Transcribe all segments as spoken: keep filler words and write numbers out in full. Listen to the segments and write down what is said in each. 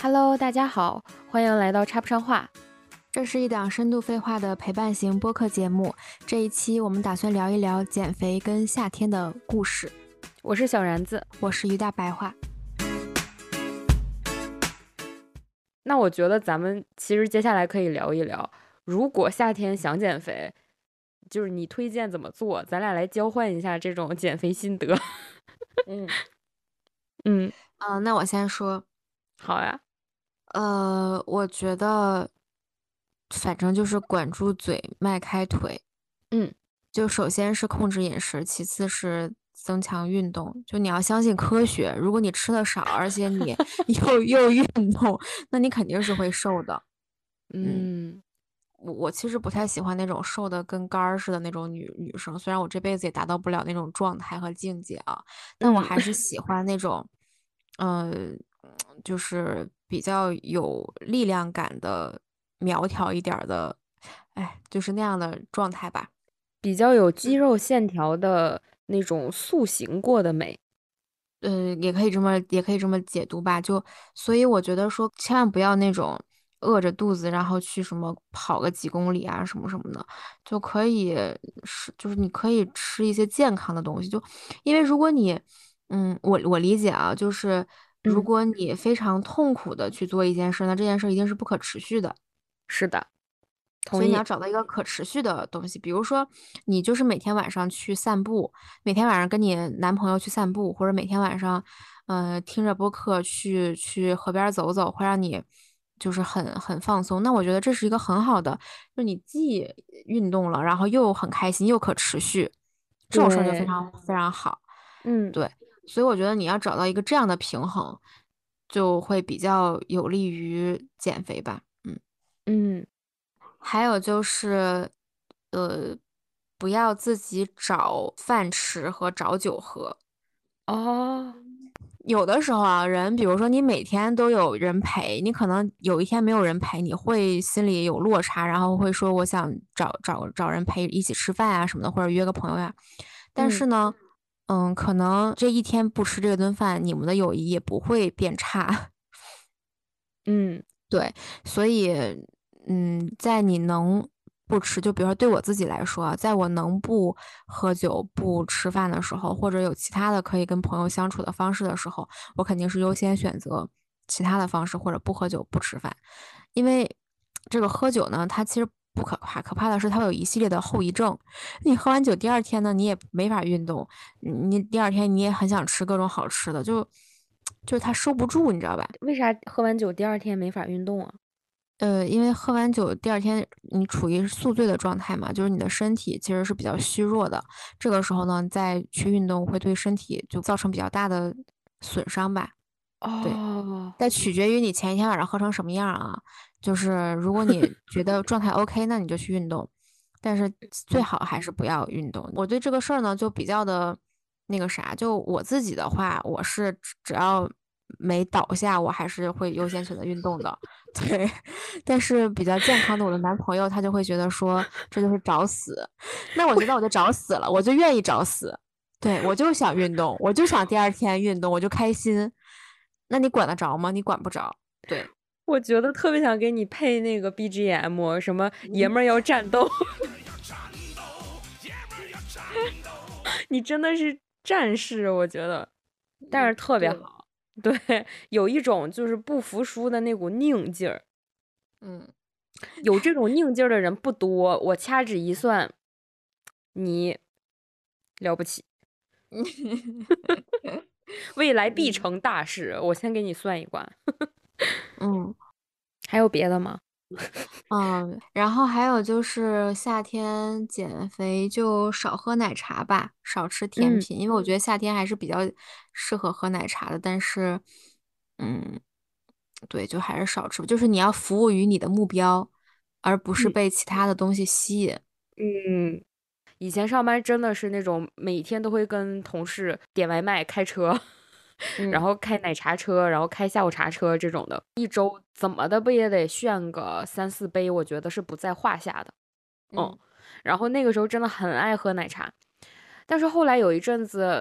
Hello，大家好，欢迎来到插不上话。 这是一档深度废话的陪伴型播客节目。这一期我们打算聊一聊减肥跟夏天的故事。 我是小然子， 我是于大白话。 那我觉得咱们其实接下来可以聊一聊，如果夏天想减肥，就是你推荐怎么做，咱俩来交换一下这种减肥心得。 嗯嗯呃，那我先说。 好呀。 呃，我觉得反正就是管住嘴，迈开腿。 嗯， 就首先是控制饮食，其次是增强运动。就你要相信科学，如果你吃的少，而且你又又运动，那你肯定是会瘦的。 嗯， 我我其实不太喜欢那种瘦的跟杆儿似的那种女女生，虽然我这辈子也达到不了那种状态和境界啊，但我嗯还是喜欢那种，呃，就是比较有力量感的、苗条一点儿的，哎，就是那样的状态吧。 比较有肌肉线条的那种塑形过的美。 呃，也可以这么也可以这么解读吧。就所以我觉得说，千万不要那种饿着肚子，然后去什么跑个几公里啊什么什么的，就可以是就是你可以吃一些健康的东西。就因为如果你，嗯，我我理解啊，就是如嗯， 果你非常痛苦的去做一件事，那这件事一定是不可持续的。 是的，同意。 所以你要找到一个可持续的东西，比如说你就是每天晚上去散步，每天晚上跟你男朋友去散步，或者每天晚上，呃，听着播客去去河边走走，会让你就是很很放松。那我觉得这是一个很好的，就你既运动了，然后又很开心，又可持续，这种事儿就非对， 常非常好。 嗯对，所以我觉得你要找到一个这样的平衡，就会比较有利于减肥吧。嗯。 嗯， 还有就是，呃，不要自己找饭吃和找酒喝。 哦， 有的时候啊，人比如说你每天都有人陪，你可能有一天没有人陪，你会心里有落差，然后会说我想找找找人陪一起吃饭啊什么的，或者约个朋友呀。但嗯是呢，嗯，可能这一天不吃这顿饭，你们的友谊也不会变差。 嗯对，所以，嗯，在你能不吃，就比如说对我自己来说啊，在我能不喝酒、不吃饭的时候，或者有其他的可以跟朋友相处的方式的时候，我肯定是优先选择其他的方式，或者不喝酒、不吃饭。因为这个喝酒呢，它其实不可怕，可怕的是它会有一系列的后遗症。你喝完酒，第二天呢，你也没法运动，你第二天你也很想吃各种好吃的，就就是它收不住，你知道吧？ 为啥喝完酒第二天没法运动啊？ 呃，因为喝完酒第二天你处于宿醉的状态嘛，就是你的身体其实是比较虚弱的。这个时候呢，再去运动会对身体就造成比较大的损伤吧。对， 哦， 但取决于你前一天晚上喝成什么样啊。就是如果你觉得状态 OK，那你就去运动，但是最嗯好还是不要运动。我对这个事儿呢，就比较的那个啥，就我自己的话，我是只只要没倒下，我还是会优先选择运动的。对，但是比较健康的我的男朋友，他就会觉得说这就是找死。那我觉得我就找死了，我就愿意找死。对，我就想运动，我就想第二天运动，我就开心。那你管得着吗？你管不着。对， 我觉得特别想给你配那个 B G M，什么爷们儿要战斗，你真的是战士，我觉得，但是特别对， 好。对，有一种就是不服输的那股拧劲儿， 嗯， 有这种拧劲儿的人不多。我掐指一算，你了不起，未来必嗯成大事。我先给你算一卦， 嗯。 还有别的吗？ 嗯，然后还有就是夏天减肥就少喝奶茶吧，少吃甜嗯， 品，因为我觉得夏天还是比较适合喝奶茶的。但是，嗯，对，就还是少吃吧，就是你要服务于你的目标，而不是嗯被其他的东西吸引。 嗯，以前上班真的是那种每天都会跟同事点外卖、开车，然嗯后开奶茶车，然后开下午茶车这种的，一周怎么的不也得炫个三四杯，我觉得是不在话下的。嗯， 嗯然后那个时候真的很爱喝奶茶，但是后来有一阵子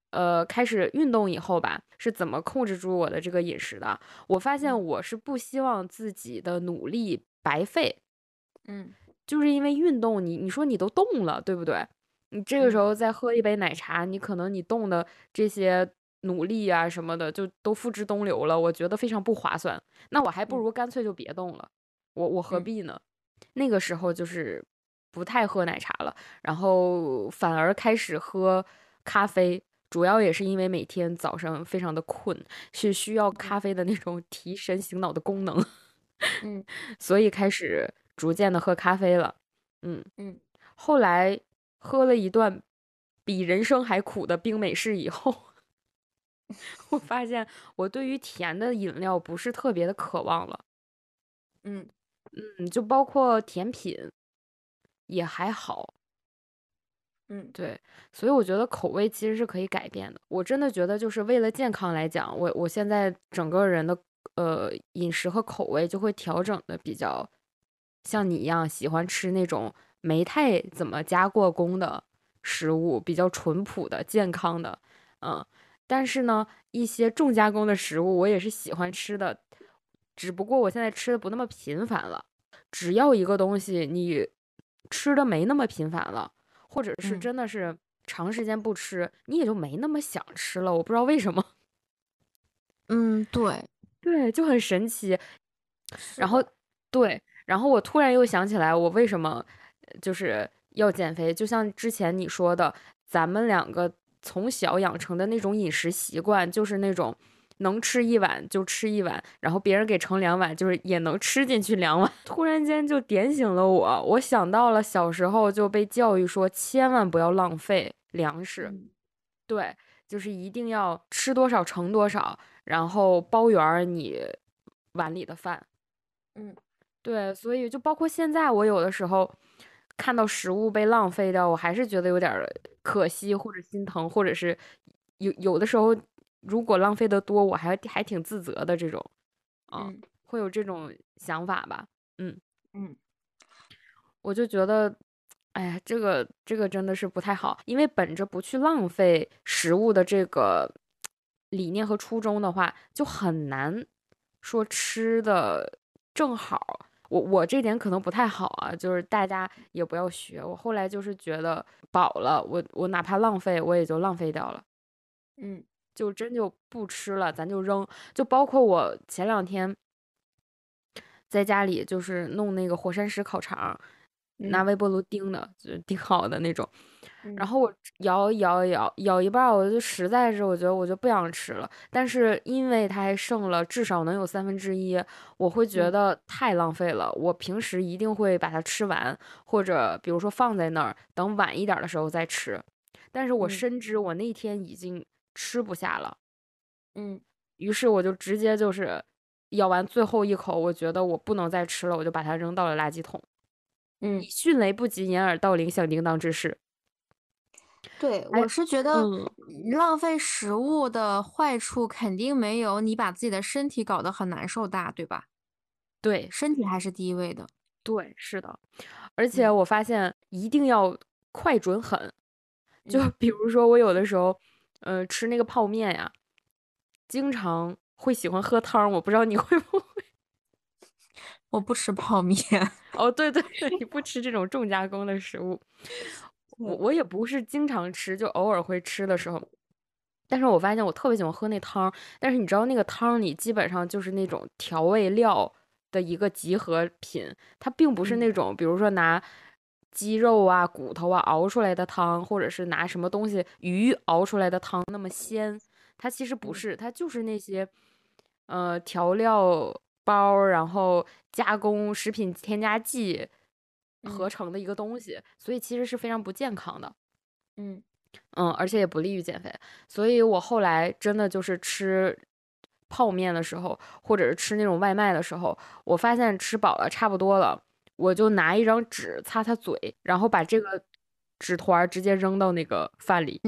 呃开始运动以后吧，是怎么控制住我的这个饮食的？我发现嗯我是不希望自己的努力白费， 嗯就是因为运动你，你说你都动了，对不对？你这个时嗯候再喝一杯奶茶，你可能你动的这些努力啊什么的，就都付之东流了，我觉得非常不划算。那我还不嗯如干脆就别动了，我我何嗯必呢？那个时候就是不太喝奶茶了，然后反而开始喝咖啡，主要也是因为每天早上非常的困，是需要咖啡的那种提神醒脑的功能， 嗯所以开始逐渐的喝咖啡了。嗯， 嗯后来喝了一段比人生还苦的冰美式以后，我发现我对于甜的饮料不是特别的渴望了。 嗯嗯，就包括甜品也还好。 嗯对，所以我觉得口味其实是可以改变的。我真的觉得，就是为了健康来讲，我我现在整个人的呃饮食和口味就会调整的比较像你一样，喜欢吃那种没太怎么加过工的食物，比较淳朴的、健康的，嗯。但是呢，一些重加工的食物我也是喜欢吃的，只不过我现在吃的不那么频繁了。只要一个东西你吃的没那么频繁了。或者是嗯真的是长时间不吃，你也就没那么想吃了。我不知道为什么， 嗯，对， 对，就很神奇。然后， 是的， 对，然后我突然又想起来，我为什么呃就是要减肥？就像之前你说的，咱们两个从小养成的那种饮食习惯，就是那种能吃一碗就吃一碗，然后别人给盛两碗，就是也能吃进去两碗。突然间就点醒了我，我想到了小时候就被教育说，千万不要浪费粮食。 嗯对，就是一定要吃多少盛多少，然后包圆儿你碗里的饭。 嗯对，所以就包括现在，我有的时候看到食物被浪费掉，我还是觉得有点儿可惜，或者心疼，或者是有有的时候，如果浪费的多，我还还挺自责的这种，啊， 嗯会有这种想法吧。嗯， 嗯我就觉得，哎呀，这个这个真的是不太好，因为本着不去浪费食物的这个理念和初衷的话，就很难说吃的正好。我我这点可能不太好啊，就是大家也不要学。我后来就是觉得饱了，我我哪怕浪费，我也就浪费掉了， 嗯就真就不吃了，咱就扔。就包括我前两天在家里就是弄那个火山石烤肠，拿嗯微波炉叮的，就是叮好的那种。然嗯后我摇一摇一摇摇一半儿，我就实在是我觉得我就不想吃了。但是因为它还剩了至少能有三分之一，我会觉嗯得太浪费了。我平时一定会把它吃完，或者比如说放在那儿，等晚一点儿的时候再吃。但是我嗯深知我那天已经吃不下了， 嗯于是我就直接就是咬完最后一口，我觉得我不能再吃了，我就把它扔到了垃圾桶。以嗯， 迅雷不及掩耳盗铃响叮当之势。 对， 哎， 我是觉得嗯， 浪费食物的坏处肯定没有你把自己的身体搞得很难受大，对吧？ 对身体还是第一位的。 对，是的。而且嗯我发现一定要快准狠，就嗯， 比如说我有的时候，呃，吃那个泡面呀，经常会喜欢喝汤儿，我不知道你会不会？ 我不吃泡面。 哦，对对对，你不吃这种重加工的食物，我对， 我也不是经常吃，就偶尔会吃的时候。但是我发现我特别喜欢喝那汤儿，但是你知道那个汤儿里基本上就是那种调味料的一个集合品，它并不是嗯那种比如说拿鸡肉啊、骨头啊熬出来的汤，或者是拿什么东西鱼熬出来的汤那么鲜，它其实不嗯是，它就是那些呃调料包儿，然后加工食品添加剂合嗯成的一个东西，所以其实是非常不健康的。 嗯嗯，而且也不利于减肥，所以我后来真的就是吃泡面的时候，或者是吃那种外卖的时候，我发现吃饱了差不多了，我就拿一张纸擦擦嘴，然后把这个纸团儿直接扔到那个饭里，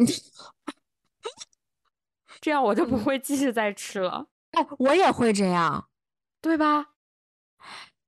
这样我就不嗯， 会继续再吃了， 哎，我也会这样。 对吧？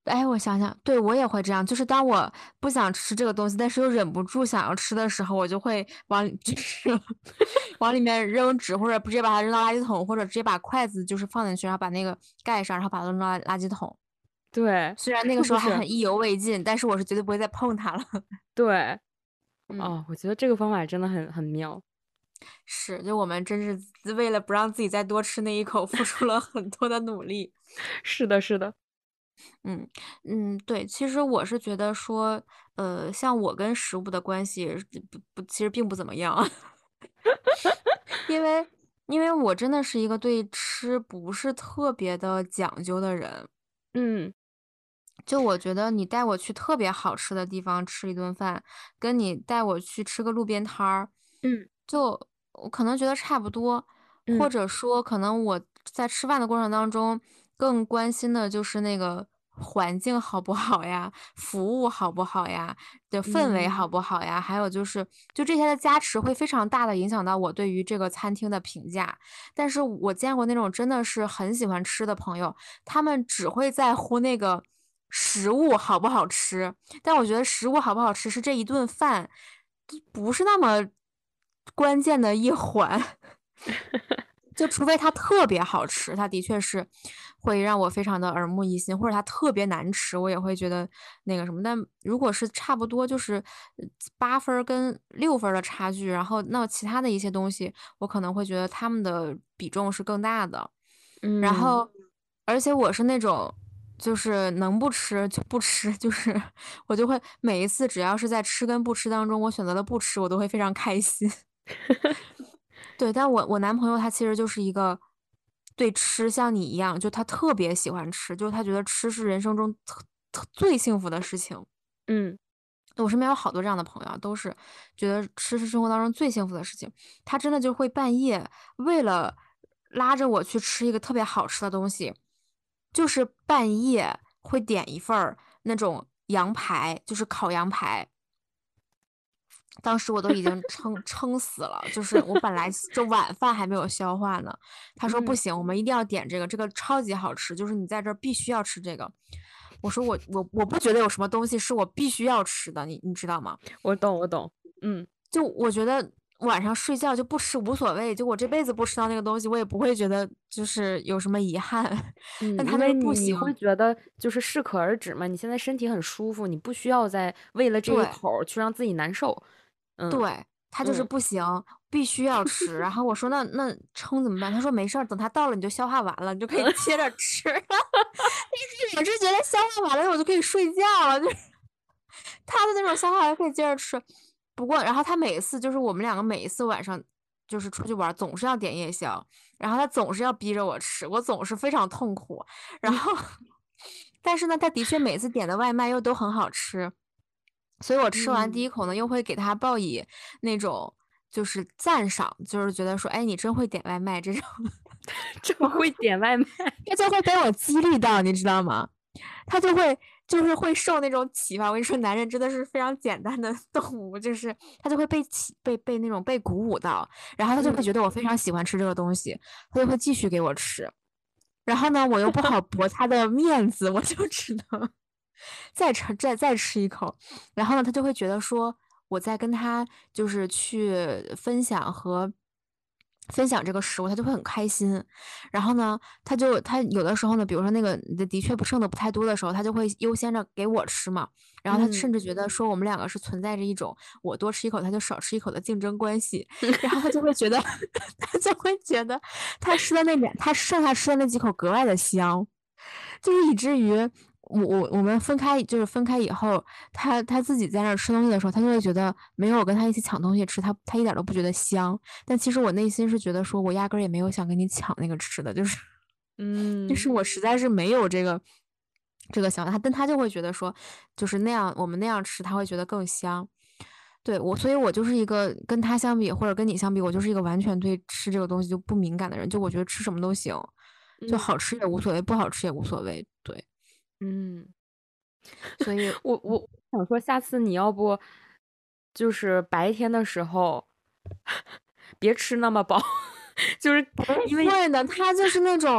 哎，我想想，对我也会这样，就是当我不想吃这个东西，但是又忍不住想要吃的时候，我就会往里就是往里面扔纸，或者直接把它扔到垃圾桶，或者直接把筷子就是放进去，然后把那个盖上，然后把它扔到垃圾桶。 对， 虽然那个时候还是不是？ 很意犹未尽，但是我是绝对不会再碰它了。 对， 嗯， 哦，我觉得这个方法真的很很妙。 是，就我们真是为了不让自己再多吃那一口，付出了很多的努力。 是的，是的。 嗯嗯，对，其实我是觉得说，呃，像我跟食物的关系不不，其实并不怎么样。因为因为我真的是一个对吃不是特别的讲究的人。 嗯就我觉得你带我去特别好吃的地方吃一顿饭，跟你带我去吃个路边摊儿， 嗯就我可能觉得差不多，或嗯者说可能我在吃饭的过程当中更关心的就是那个环境好不好呀，服务好不好呀，的氛围好嗯不好呀，还有就是就这些的加持会非常大的影响到我对于这个餐厅的评价。但是我见过那种真的是很喜欢吃的朋友，他们只会在乎那个食物好不好吃，但我觉得食物好不好吃是这一顿饭不是那么关键的一环。就除非它特别好吃，它的确是会让我非常的耳目一新，或者它特别难吃，我也会觉得那个什么。但如果是差不多就是呃八分儿跟六分儿的差距，然后那其他的一些东西，我可能会觉得他们的比重是更大的。然嗯， 后，而且我是那种，就是能不吃就不吃，就是我就会每一次只要是在吃跟不吃当中，我选择了不吃，我都会非常开心。对，但我我男朋友他其实就是一个对吃像你一样，就他特别喜欢吃，就是他觉得吃是人生中特特最幸福的事情。 嗯我身边有好多这样的朋友啊，都是觉得吃是生活当中最幸福的事情。他真的就会半夜为了拉着我去吃一个特别好吃的东西，就是半夜会点一份儿那种羊排，就是烤羊排。当时我都已经撑撑死了，就是我本来这晚饭还没有消化呢。他说不嗯， 行，我们一定要点这个，这个超级好吃，就是你在这儿必须要吃这个。我说我我我不觉得有什么东西是我必须要吃的，你你知道吗？ 我懂，我懂。嗯就我觉得晚上睡觉就不吃无所谓，就我这辈子不吃到那个东西，我也不会觉得就是有什么遗憾。但嗯， 他就是因为你你不行。 会觉得就是适可而止嘛，你现在身体很舒服，你不需要再为了这一对口儿去让自己难受。嗯对，他就是嗯， 不行，必须要吃。然后我说那那撑怎么办？他说没事儿，等他到了你就消化完了，你就可以接着吃。但是我是觉得消化完了我就可以睡觉了，就是他的那种消化完可以接着吃。不过，然后他每一次就是我们两个每一次晚上就是出去玩儿总是要点夜宵，然后他总是要逼着我吃，我总是非常痛苦。然后，但是呢，他的确每次点的外卖又都很好吃。所以我吃完第嗯， 一口呢，又会给他报以那种就是赞赏，就是觉得说，哎，你真会点外卖这种。 真会点外卖。 他就会被我激励到，你知道吗？他就会就是会受那种启发。我跟你说，男人真的是非常简单的动物，就是他就会被启被被那种被鼓舞到，然后他就会嗯觉得我非常喜欢吃这个东西，他就会继续给我吃。然后呢，我又不好驳他的面子，我就只能再吃再再吃一口。然后呢，他就会觉得说我在跟他就是去分享和分享这个食物，他就会很开心。然后呢，他就他有的时候呢，比如说那个的的确不剩的不太多的时候，他就会优先着给我吃嘛。然后他嗯甚至觉得说我们两个是存在着一种我多吃一口他就少吃一口的竞争关系。然后他就会觉得他就会觉得他吃的那两他剩下吃的那几口格外的香。就是以至于我我我们分开，就是分开以后，他他自己在那儿吃东西的时候，他就会觉得没有我跟他一起抢东西吃，他他一点都不觉得香。但其实我内心是觉得说，我压根儿也没有想跟你抢那个吃的，就是就是嗯我实在是没有这个这个想法。他但他就会觉得说，就是那样我们那样吃，他会觉得更香。对我，所以我就是一个跟他相比，或者跟你相比，我就是一个完全对吃这个东西就不敏感的人。就我觉得吃什么都行，就嗯好吃也无所谓，不好吃也无所谓。对。 嗯， 所以我我想说，下次你要不就是白天的时候别吃那么饱，就是因为会的，他就是那种。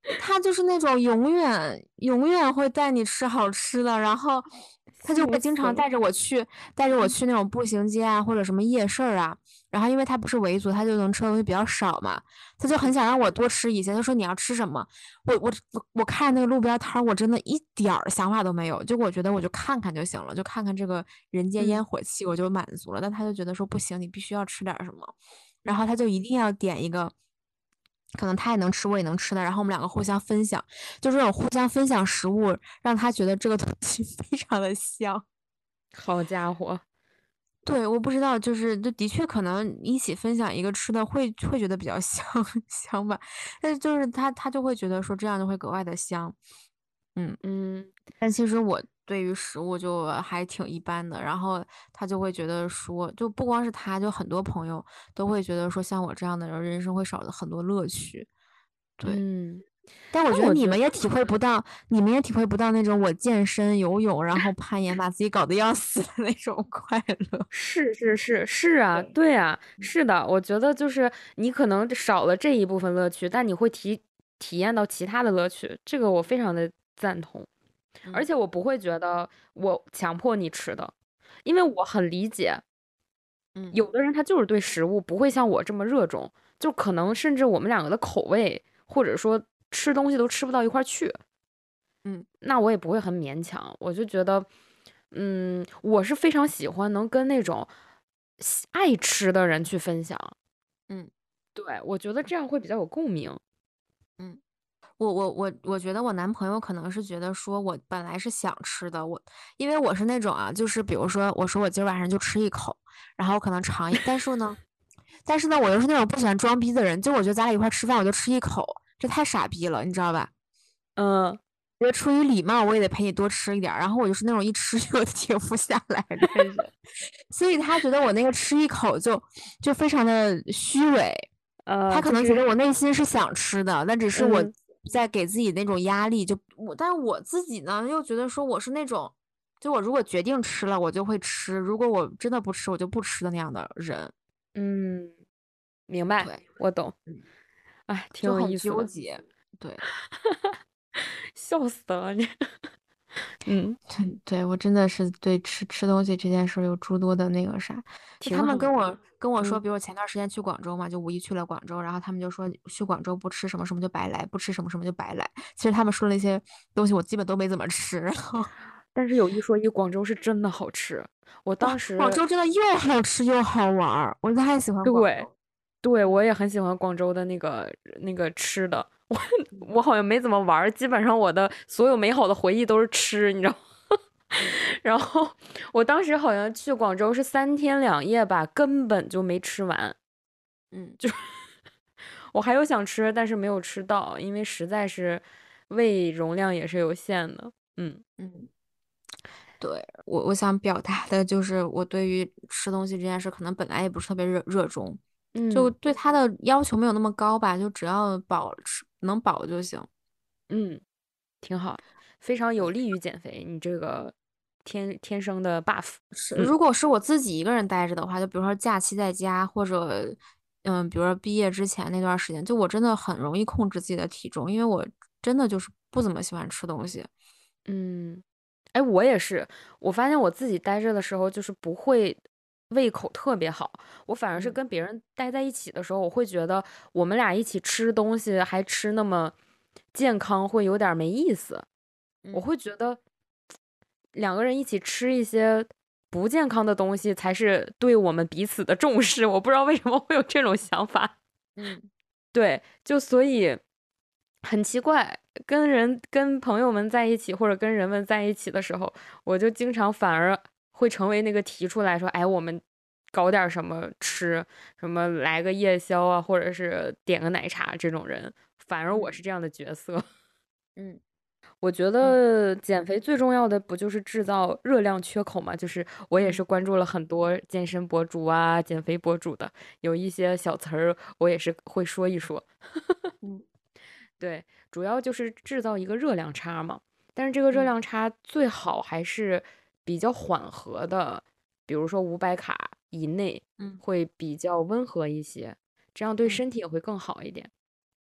他就是那种永远永远会带你吃好吃的，然后他就会经笑死了。 常带着我去带着我嗯去那种步行街啊，或者什么夜市儿啊。然后因为他不是维族，他就能吃的东西比较少嘛，他就很想让我多吃一些。他说你要吃什么？我我我我看那个路边摊儿，我真的一点儿想法都没有，就我觉得我就看看就行了，就看看这个人间烟嗯火气，我就满足了。但他就觉得说不行，你必须要吃点儿什么，然后他就一定要点一个。可能他也能吃，我也能吃的，然后我们两个互相分享，就这种互相分享食物，让他觉得这个东西非常的香。 好家伙。 对，我不知道，就是就的确可能一起分享一个吃的会会觉得比较香香吧，但是就是他他就会觉得说这样就会格外的香。嗯， 嗯但其实我对于食物就还挺一般的，然后他就会觉得说，就不光是他，就很多朋友都会觉得说，像我这样的人，人生会少了很多乐趣。对。 嗯， 但我觉得但我觉你们也体会不到，你们也体会不到那种我健身、游泳，然后攀岩，把自己搞得要死的那种快乐。 是是是是啊， 对， 对啊，是的，我觉得就是你可能少了这一部分乐趣，但你会体体验到其他的乐趣，这个我非常的赞同。而嗯且我不会觉得我强迫你吃的，因为我很理解， 嗯有的人他就是对食物不会像我这么热衷，就可能甚至我们两个的口味或者说吃东西都吃不到一块儿去， 嗯那我也不会很勉强，我就觉得，嗯，我是非常喜欢能跟那种喜爱吃的人去分享， 嗯对，我觉得这样会比较有共鸣。 嗯，我我我我觉得我男朋友可能是觉得说我本来是想吃的，我因为我是那种啊，就是比如说我说我今儿晚上就吃一口，然后可能尝一，但是呢，但是呢，我又是那种不喜欢装逼的人，就我觉得咱俩一块儿吃饭，我就吃一口，这太傻逼了，你知道吧？ 嗯我觉得出于礼貌，我也得陪你多吃一点儿。然后我就是那种一吃就停不下来的人，所以他觉得我那个吃一口就就非常的虚伪。他呃， 可能觉就是得我内心是想吃的，那只是我嗯在给自己那种压力。就我，但我自己呢，又觉得说我是那种，就我如果决定吃了，我就会吃；如果我真的不吃，我就不吃的那样的人。 嗯，明白， 对， 我懂， 嗯， 哎，挺有就很意思的， 纠结。对。 笑死了你，嗯， 对对，我真的是对吃吃东西这件事儿有诸多的那个啥。就他挺好的， 们跟我跟我说， 嗯。 比如我前段时间去广州嘛，就五一去了广州，然后他们就说去广州不吃什么什么就白来，不吃什么什么就白来。其实他们说了一些东西，我基本都没怎么吃。然后但是有一说一，广州是真的好吃。我当哇，广时州真的又好吃又好玩儿，我太喜欢广对州。 对，我嗯也很喜欢广州的那个那个吃的。我嗯我好像没怎么玩儿，基本上我的所有美好的回忆都是吃，你知道吗？ 嗯然后我当时好像去广州是三天两夜吧，根本就没吃完。 嗯我还有想吃，但是没有吃到，因为实在是胃容量也是有限的。嗯嗯，对，我我想表达的就是我对于吃东西这件事，可能本来也不是特别热热衷，就嗯对它的要求没有那么高吧，就只要饱吃能饱就行。 嗯，挺好，非常有利于减肥。你这个天天生的 buff。 是， 嗯如果是我自己一个人待着的话，就比如说假期在家，或者嗯，比如说毕业之前那段时间，就我真的很容易控制自己的体重，因为我真的就是不怎么喜欢吃东西。 嗯。哎，我也是，我发现我自己待着的时候，就是不会胃口特别好，我反而是嗯跟别人待在一起的时候，我会觉得我们俩一起吃东西还吃那么健康，会有点儿没意思。我嗯会觉得两个人一起吃一些不健康的东西，才是对我们彼此的重视。我不知道为什么会有这种想法。 嗯对，就所以很奇怪，跟人跟朋友们在一起，或者跟人们在一起的时候，我就经常反而会成为那个提出来说，哎，我们搞点儿什么吃，什么来个夜宵啊，或者是点个奶茶这种人，反而我是嗯这样的角色。 嗯我觉嗯得减肥最重要的不就是制造热量缺口嘛？就是我也是嗯关注了很多健身博主啊、减肥博主的，有一些小词儿我也是会说一说。 嗯对，主要就是制造一个热量差嘛。但是这个热嗯量差最好还是比较缓和的，比如说五百卡以内， 嗯会比较温和一些，这样对嗯身体也会更好一点。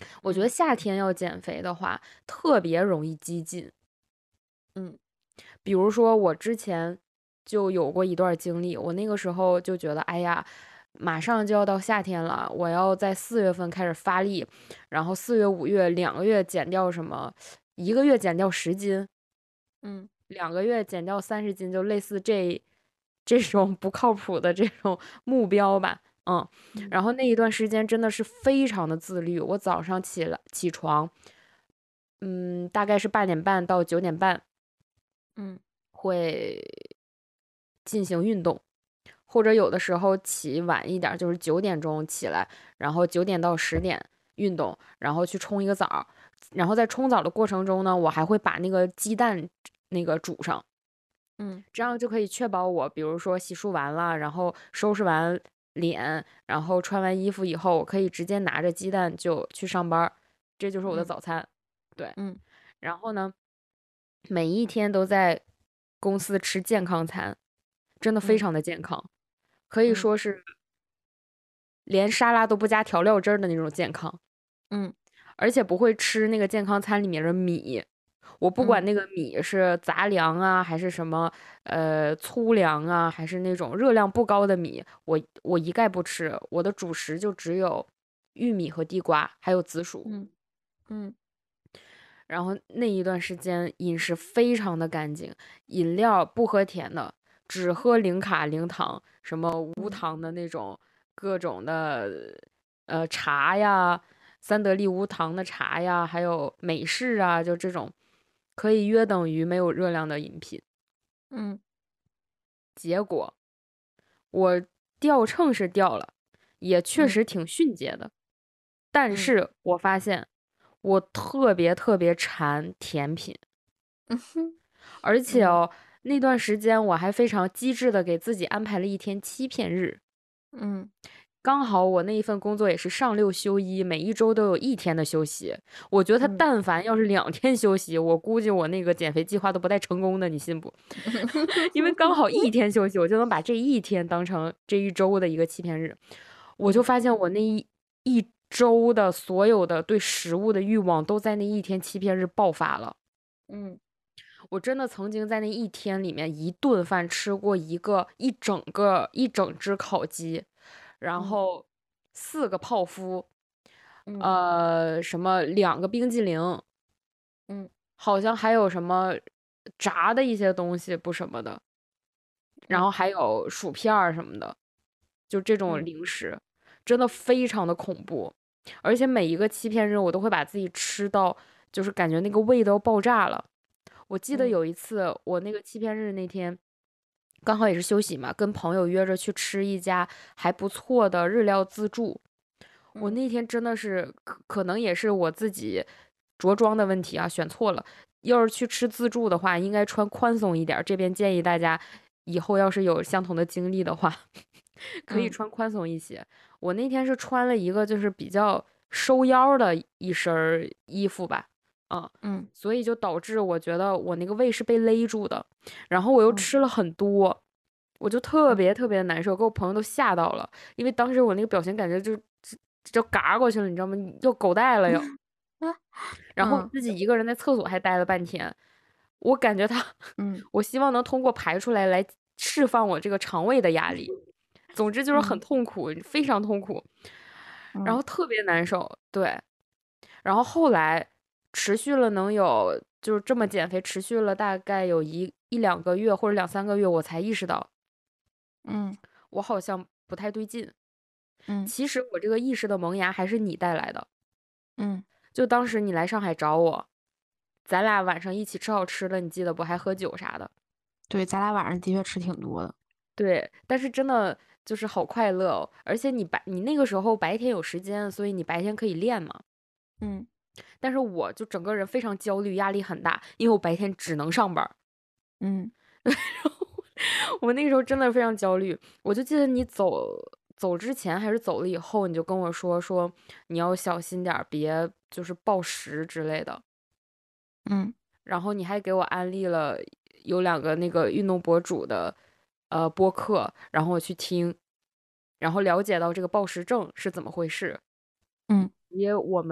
我觉得嗯夏天要减肥的话，特别容易激进。 嗯比如说我之前就有过一段经历，我那个时候就觉得，哎呀，马上就要到夏天了，我要在四月份开始发力，然后四月、五月两个月减掉什么，一个月减掉十斤， 嗯两个月减掉三十斤，就类似这这种不靠谱的这种目标吧。嗯， 嗯然后那一段时间真的是非常的自律，我早上起来起床，嗯，大概是八点半到九点半嗯会进行运动，或者有的时候起晚一点就是九点钟起来，然后九点到十点运动，然后去冲一个澡，然后在冲澡的过程中呢，我还会把那个鸡蛋那个煮上， 嗯这样就可以确保我，比如说洗漱完了，然后收拾完脸，然后穿完衣服以后，我可以直接拿着鸡蛋就去上班，这就是我的嗯早餐。对， 嗯然后呢，每一天都在公司吃健康餐，真的非嗯常的健康，可以嗯说是连沙拉都不加调料汁儿的那种健康， 嗯而且不会吃那个健康餐里面的米。我不管嗯那个米是杂粮啊，还是什么呃粗粮啊，还是那种热量不高的米，我我一概不吃。我的主食就只有玉米和地瓜，还有紫薯。 嗯嗯然后那一段时间饮食非常的干净，饮料不喝甜的，只喝零卡零糖，什么无嗯糖的那种各种的呃茶呀，三得利无糖的茶呀，还有美式啊，就这种可以约等于没有热量的饮品。 嗯结果我掉秤是掉了，也确嗯实挺迅捷的，但嗯是我发现我特别特别馋甜品。 嗯哼而且嗯哦，那段时间我还非常机智的给自己安排了一天欺骗日， 嗯刚好我那一份工作也是上六休一，每一周都有一天的休息。我觉得他嗯但凡要是两天休息，我估计我那个减肥计划都不带成功的，你信不？因为刚好一天休息，我就能把这一天当成这一周的一个欺骗日。我就嗯发现我那一一周的所有的对食物的欲望都在那一天欺骗日爆发了。 嗯我真的曾经在那一天里面一顿饭吃过一个一整个一整只烤鸡，然嗯后四个泡芙， 嗯呃，什么两个冰激凌， 嗯好像还有什么炸的一些东西不什么的，然后嗯还有薯片儿什么的，就这种嗯零食，真的非常的恐怖。而且每一个欺骗日，我都会把自己吃到，就是感觉那个胃都爆炸了。我记得嗯有一次，我那个欺骗日那天，刚好也是休息嘛，跟朋友约着去吃一家还不错的日料自助。我嗯那天真的是，可可能也是我自己着装的问题啊，选错了。要是去吃自助的话，应该穿宽松一点儿。这边建议大家以后要是有相同的经历的话，可以嗯穿宽松一些。我那天是穿了一个就是比较收腰的一身儿衣服吧，啊， 嗯所以就导致我觉得我那个胃是被勒住的，然后我又嗯吃了很多，我就特嗯别特别难受，给我朋友都吓到了，因为当时我那个表情感觉就就就嘎过去了，你知道吗？要狗带了又，然后我嗯自己一个人在厕所还待了半天，我感觉他， 嗯我希望能通过排出来来释放我这个肠胃的压力。总之就是很嗯痛苦，非常痛苦，然嗯后特别难受。对，然后后来持续了能有就是这么减肥，持续了大概有一一两个月或者两三个月，我才意识到嗯我好像不太对劲。 嗯其实我这个意识的萌芽还是你带来的。 嗯就当时你来上海找我，咱俩晚上一起吃好吃的，你记得不？还喝酒啥的。 对，咱俩晚上的确吃挺多的。 对，但是真的就是好快乐哦，而且你白你那个时候白天有时间，所以你白天可以练嘛。 嗯但是我就整个人非常焦虑，压力很大，因为我白天只能上班儿。 嗯我那个时候真的非常焦虑，我就记得你走走之前还是走了以后，你就跟我说说你要小心点儿，别就是暴食之类的。 嗯然后你还给我安利了有两个那个运动博主的呃播客，然后我去听，然后了解到这个暴食症是怎么回事。以嗯及我们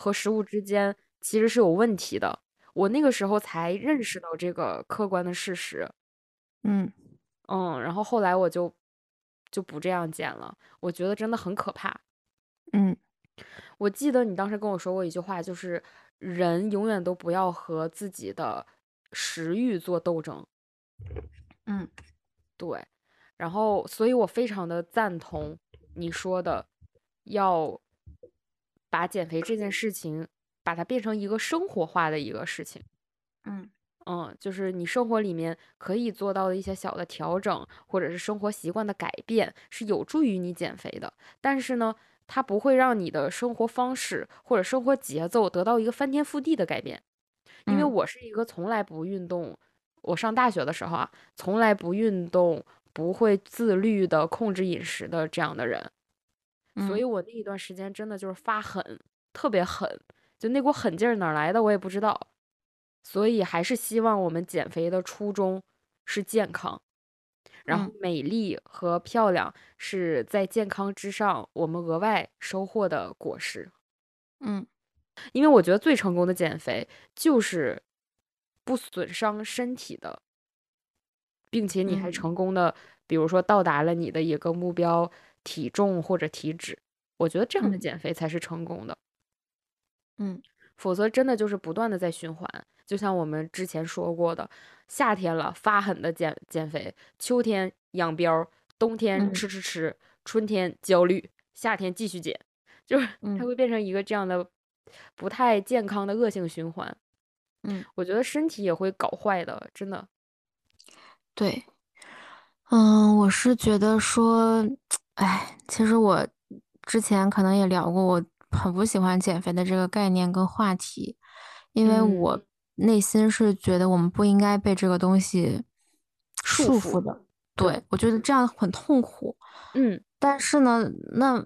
和食物之间其实是有问题的。我那个时候才认识到这个客观的事实。 嗯嗯，然后后来我就就不这样减了，我觉得真的很可怕。 嗯我记得你当时跟我说过一句话，就是人永远都不要和自己的食欲做斗争。 嗯对，然后所以我非常的赞同你说的，要把减肥这件事情，把它变成一个生活化的一个事情。 嗯嗯，就是你生活里面可以做到的一些小的调整，或者是生活习惯的改变，是有助于你减肥的。但是呢，它不会让你的生活方式或者生活节奏得到一个翻天覆地的改变。因为嗯我是一个从来不运动，我上大学的时候啊，从来不运动，不会自律的控制饮食的这样的人，所嗯以我那一段时间真的就是发狠，特别狠，就那股狠劲儿哪儿来的我也不知道。所以还是希望我们减肥的初衷是健康，然后嗯美丽和漂亮是在健康之上我们额外收获的果实。 嗯因为我觉得最成功的减肥就是不损伤身体的，并且你还嗯成功的，比如说到达了你的一个目标体重或者体脂，我觉得这样的嗯减肥才是成功的。 嗯否则真的就是不断的在循环。就像我们之前说过的，夏天了发狠的减减肥，秋天养膘，冬天嗯吃吃吃，春天焦虑，夏天继续减，就是它嗯会变成一个这样的不太健康的恶性循环。 嗯， 我觉得身体也会搞坏的，真的。 对。嗯，我是觉得说，哎，其实我之前可能也聊过，我很不喜欢减肥的这个概念跟话题，因为嗯， 我内心是觉得我们不应该被这个东西束缚， 束缚的。 对， 对，我觉得这样很痛苦。 嗯但是呢，那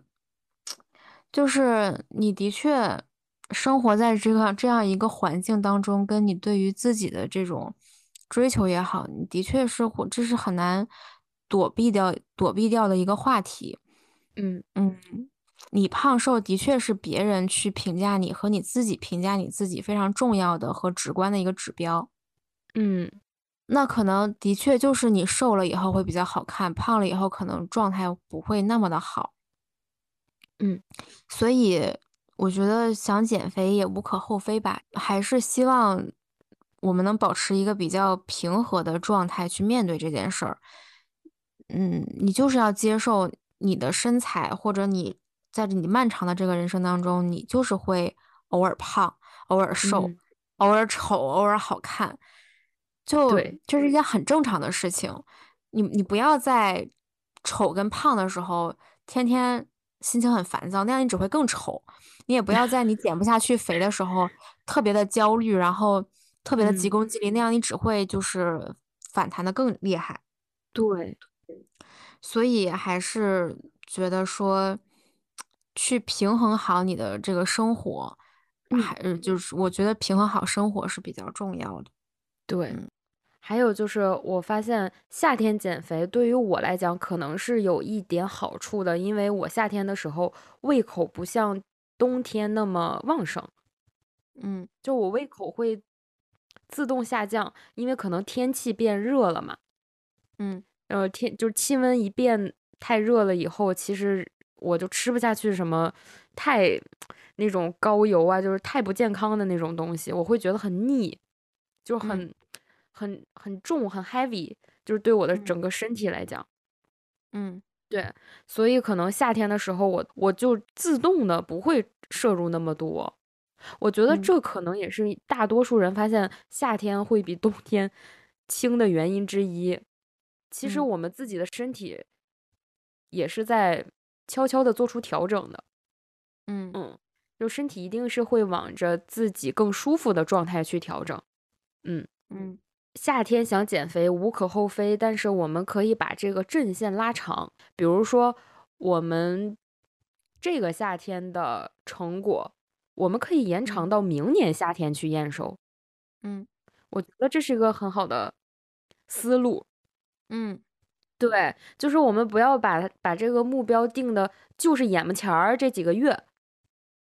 就是你的确生活在这个这样一个环境当中，跟你对于自己的这种追求也好，你的确是会这是很难躲避掉躲避掉的一个话题。 嗯嗯，你胖瘦的确是别人去评价你和你自己评价你自己非常重要的和直观的一个指标。 嗯那可能的确就是你瘦了以后会比较好看，胖了以后可能状态不会那么的好。 嗯所以我觉得想减肥也无可厚非吧，还是希望我们能保持一个比较平和的状态去面对这件事儿。嗯，你就是要接受你的身材，或者你在你漫长的这个人生当中，你就是会偶尔胖、偶尔瘦、 嗯， 偶尔丑、偶尔好看，就对这是一件很正常的事情。你你不要在丑跟胖的时候天天心情很烦躁，那样你只会更丑。你也不要在你减不下去肥的时候特别的焦虑，然后特别的急嗯功近利，那样你只会就是反弹的更厉害。 对， 所以还是觉得说，去平衡好你的这个生活，还嗯呃就是我觉得平衡好生活是比较重要的。 对。 嗯还有就是，我发现夏天减肥对于我来讲可能是有一点好处的，因为我夏天的时候胃口不像冬天那么旺盛， 嗯就我胃口会自动下降，因为可能天气变热了嘛。 嗯呃，天就是气温一变太热了以后，其实我就吃不下去什么太那种高油啊，就是太不健康的那种东西，我会觉得很腻，就嗯很很很重，很 heavy，就是对我的嗯整个身体来讲。 嗯对，所以可能夏天的时候我，我就自动的不会摄入那么多。我觉得嗯这可能也是大多数人发现夏天会比冬天轻的原因之一。其实嗯我们自己的身体也是在悄悄的做出调整的。 嗯嗯，就身体一定是会往着自己更舒服的状态去调整。嗯。 嗯夏天想减肥无可厚非，但是我们可以把这个阵线拉长，比如说我们这个夏天的成果，我们可以延长嗯到明年夏天去验收。 嗯我觉得这是一个很好的思路。 嗯对，就是我们不要把把这个目标定的，就是眼巴前儿这几个月，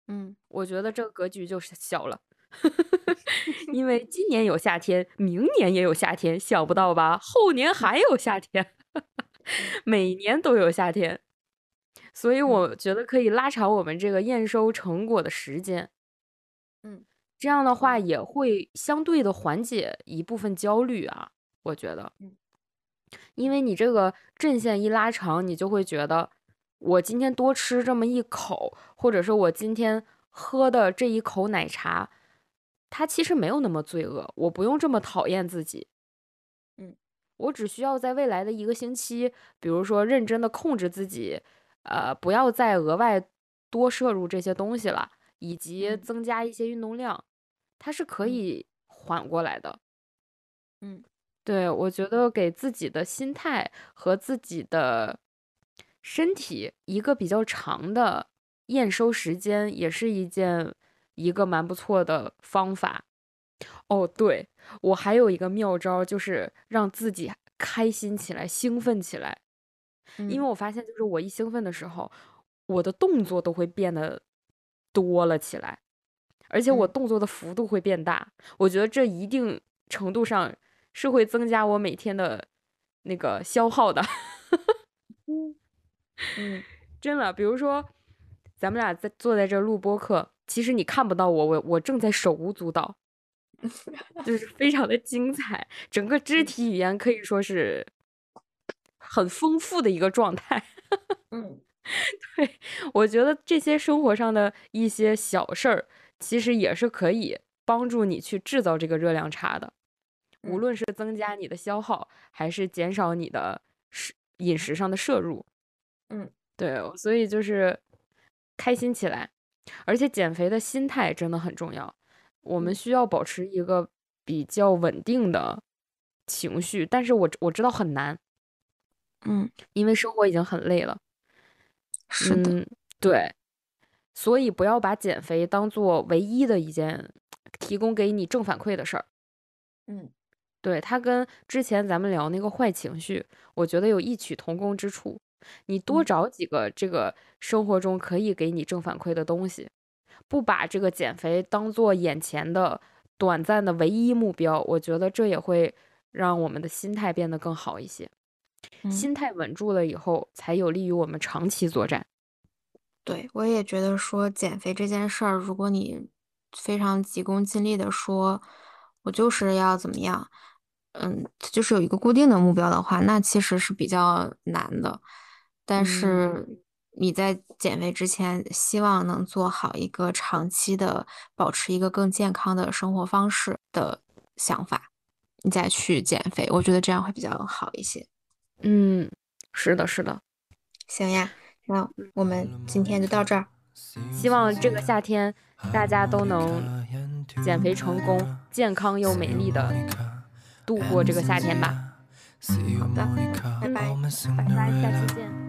嗯我觉得这个格局就是小了。因为今年有夏天，明年也有夏天，想不到吧？后年还有夏天，每年都有夏天。所以我觉得可以拉长我们这个验收成果的时间。 嗯， 这样的话嗯也会相对的缓解一部分焦虑啊，我觉得。 嗯因为你这个阵线一拉长，你就会觉得，我今天多吃这么一口，或者是我今天喝的这一口奶茶，它其实没有那么罪恶，我不用这么讨厌自己。 嗯我只需要在未来的一个星期，比如说认真的控制自己，呃，不要再额外多摄入这些东西了，以及嗯增加一些运动量，它是可嗯以缓过来的。 嗯对，我觉得给自己的心态和自己的身体一个比较长的验收时间，也是一件一个蛮不错的方法。哦，对，我还有一个妙招，就是让自己开心起来、兴奋起来。因嗯为我发现，就是我一兴奋的时候，我的动作都会变得多了起来，而且我嗯动作的幅度会变大。我觉得这一定程度上是会增加我每天的那个消耗的。 嗯嗯真的，比如说咱们俩在坐在这儿录播课，其实你看不到我，我我正在手舞足蹈，就是非常的精彩，整个肢体语言可以说是很丰富的一个状态。 嗯对，我觉得这些生活上的一些小事儿，其实也是可以帮助你去制造这个热量差的，无嗯论是增加你的消耗，还是减少你的摄饮食上的摄入。 嗯对，所以就是开心起来，而且减肥的心态真的很重要。我们嗯需要保持一个比较稳定的情绪，但是我我知道很难， 嗯， 因为生活已经很累了。 是的， 嗯，对，所以不要把减肥当做唯一的一件提供给你正反馈的事儿。 嗯对，它跟之前咱们聊那个坏情绪，我觉得有异曲同工之处。你多嗯找几个这个生活中可以给你正反馈的东西，不把这个减肥当做眼前的短暂的唯一目标，我觉得这也会让我们的心态变得更好一些。 嗯。 心态稳住了以后，才有利于我们长期作战。 对，我也觉得说减肥这件事儿，如果你非常急功近利的说，我就是要怎么样，嗯，就是有一个固定的目标的话，那其实是比较难的。但嗯是你在减肥之前，希望能做好一个长期的保持一个更健康的生活方式的想法，你再去减肥，我觉得这样会比较好一些。 嗯，是的，是的。 行呀，那我们今天就到这儿。 希望这个夏天大家都能减肥成功，健康又美丽的度过这个夏天吧。 好的，拜拜。 拜拜，下期见。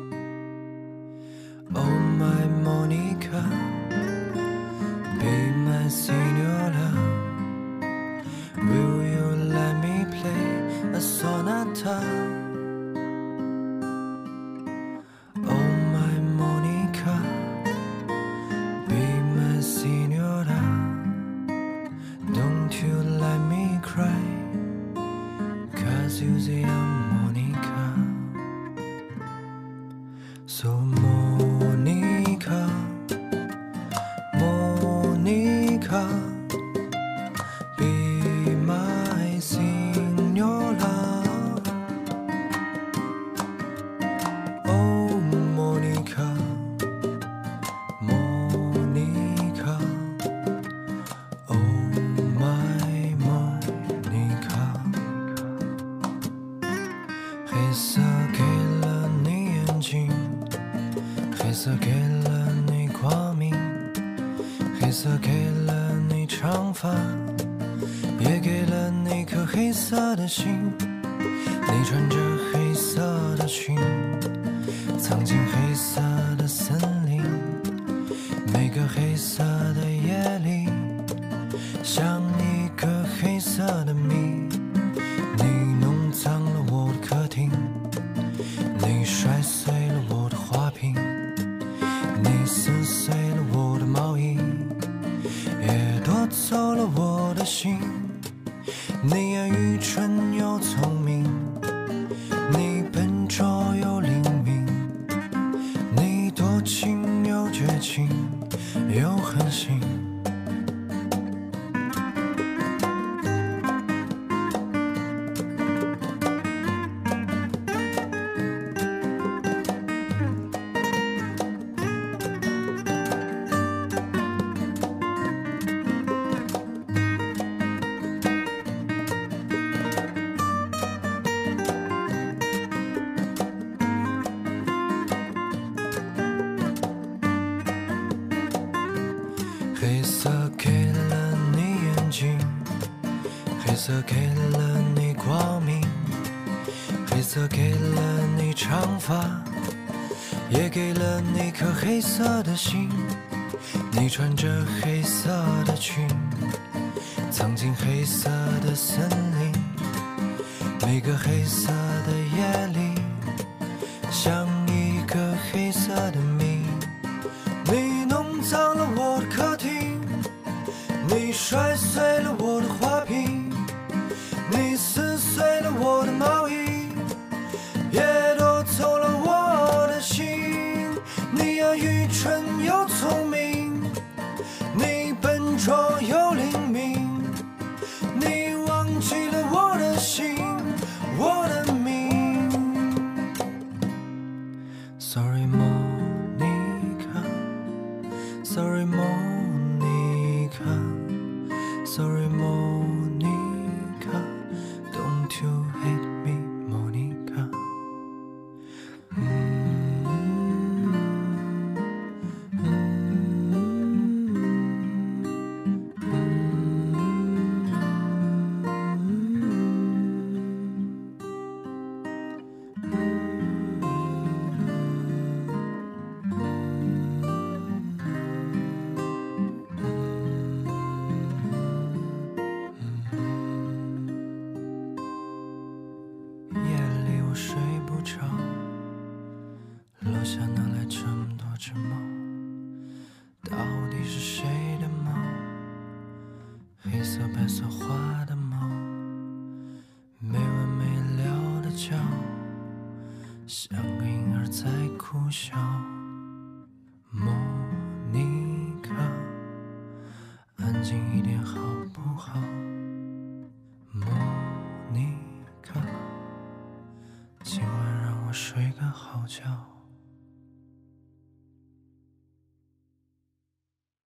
Oh my Monica, be my signora. Will you let me play a sonata? Oh my Monica, be my signora. Don't you let me cry, 'cause you're the young Monica. So Monica, Monica, be my signora. Oh Monica, Monica, oh my Monica. 黑色给了你眼睛，黑色给了你光明，黑色给了你长发，也给了你颗黑色的心。你穿着黑色的裙，藏进黑色的森林，每个黑色的夜里，像一个黑色的谜。你弄脏了我的客厅，你摔碎了我的花瓶，你撕碎了我的毛衣。 走了我的心。你也愚蠢又聪明，你笨拙又灵敏，你多情又绝情又狠心。黑色给了你眼睛，黑色给了你光明，黑色给了你长发，也给了你颗黑色的心。你穿着黑色的裙，藏进黑色的森林，每个黑色的夜里像一个黑色的谜。你弄脏了我的客厅，你摔碎了我的花瓶，你撕碎了我的毛衣，也夺走了我的心。你呀愚蠢又聪明，你笨拙又灵敏，你忘记了我的心，我的命。 Sorry Monica Sorry Monica Sorry Monica Don't you hate me Monica 嗯嗯夜里我睡不着，楼下哪来这么多只猫？到底是谁的猫？黑色白色花的猫，没完没了的叫，像个婴儿在哭笑。莫妮卡，安静一点好不好？莫妮卡。今晚让我睡个好觉。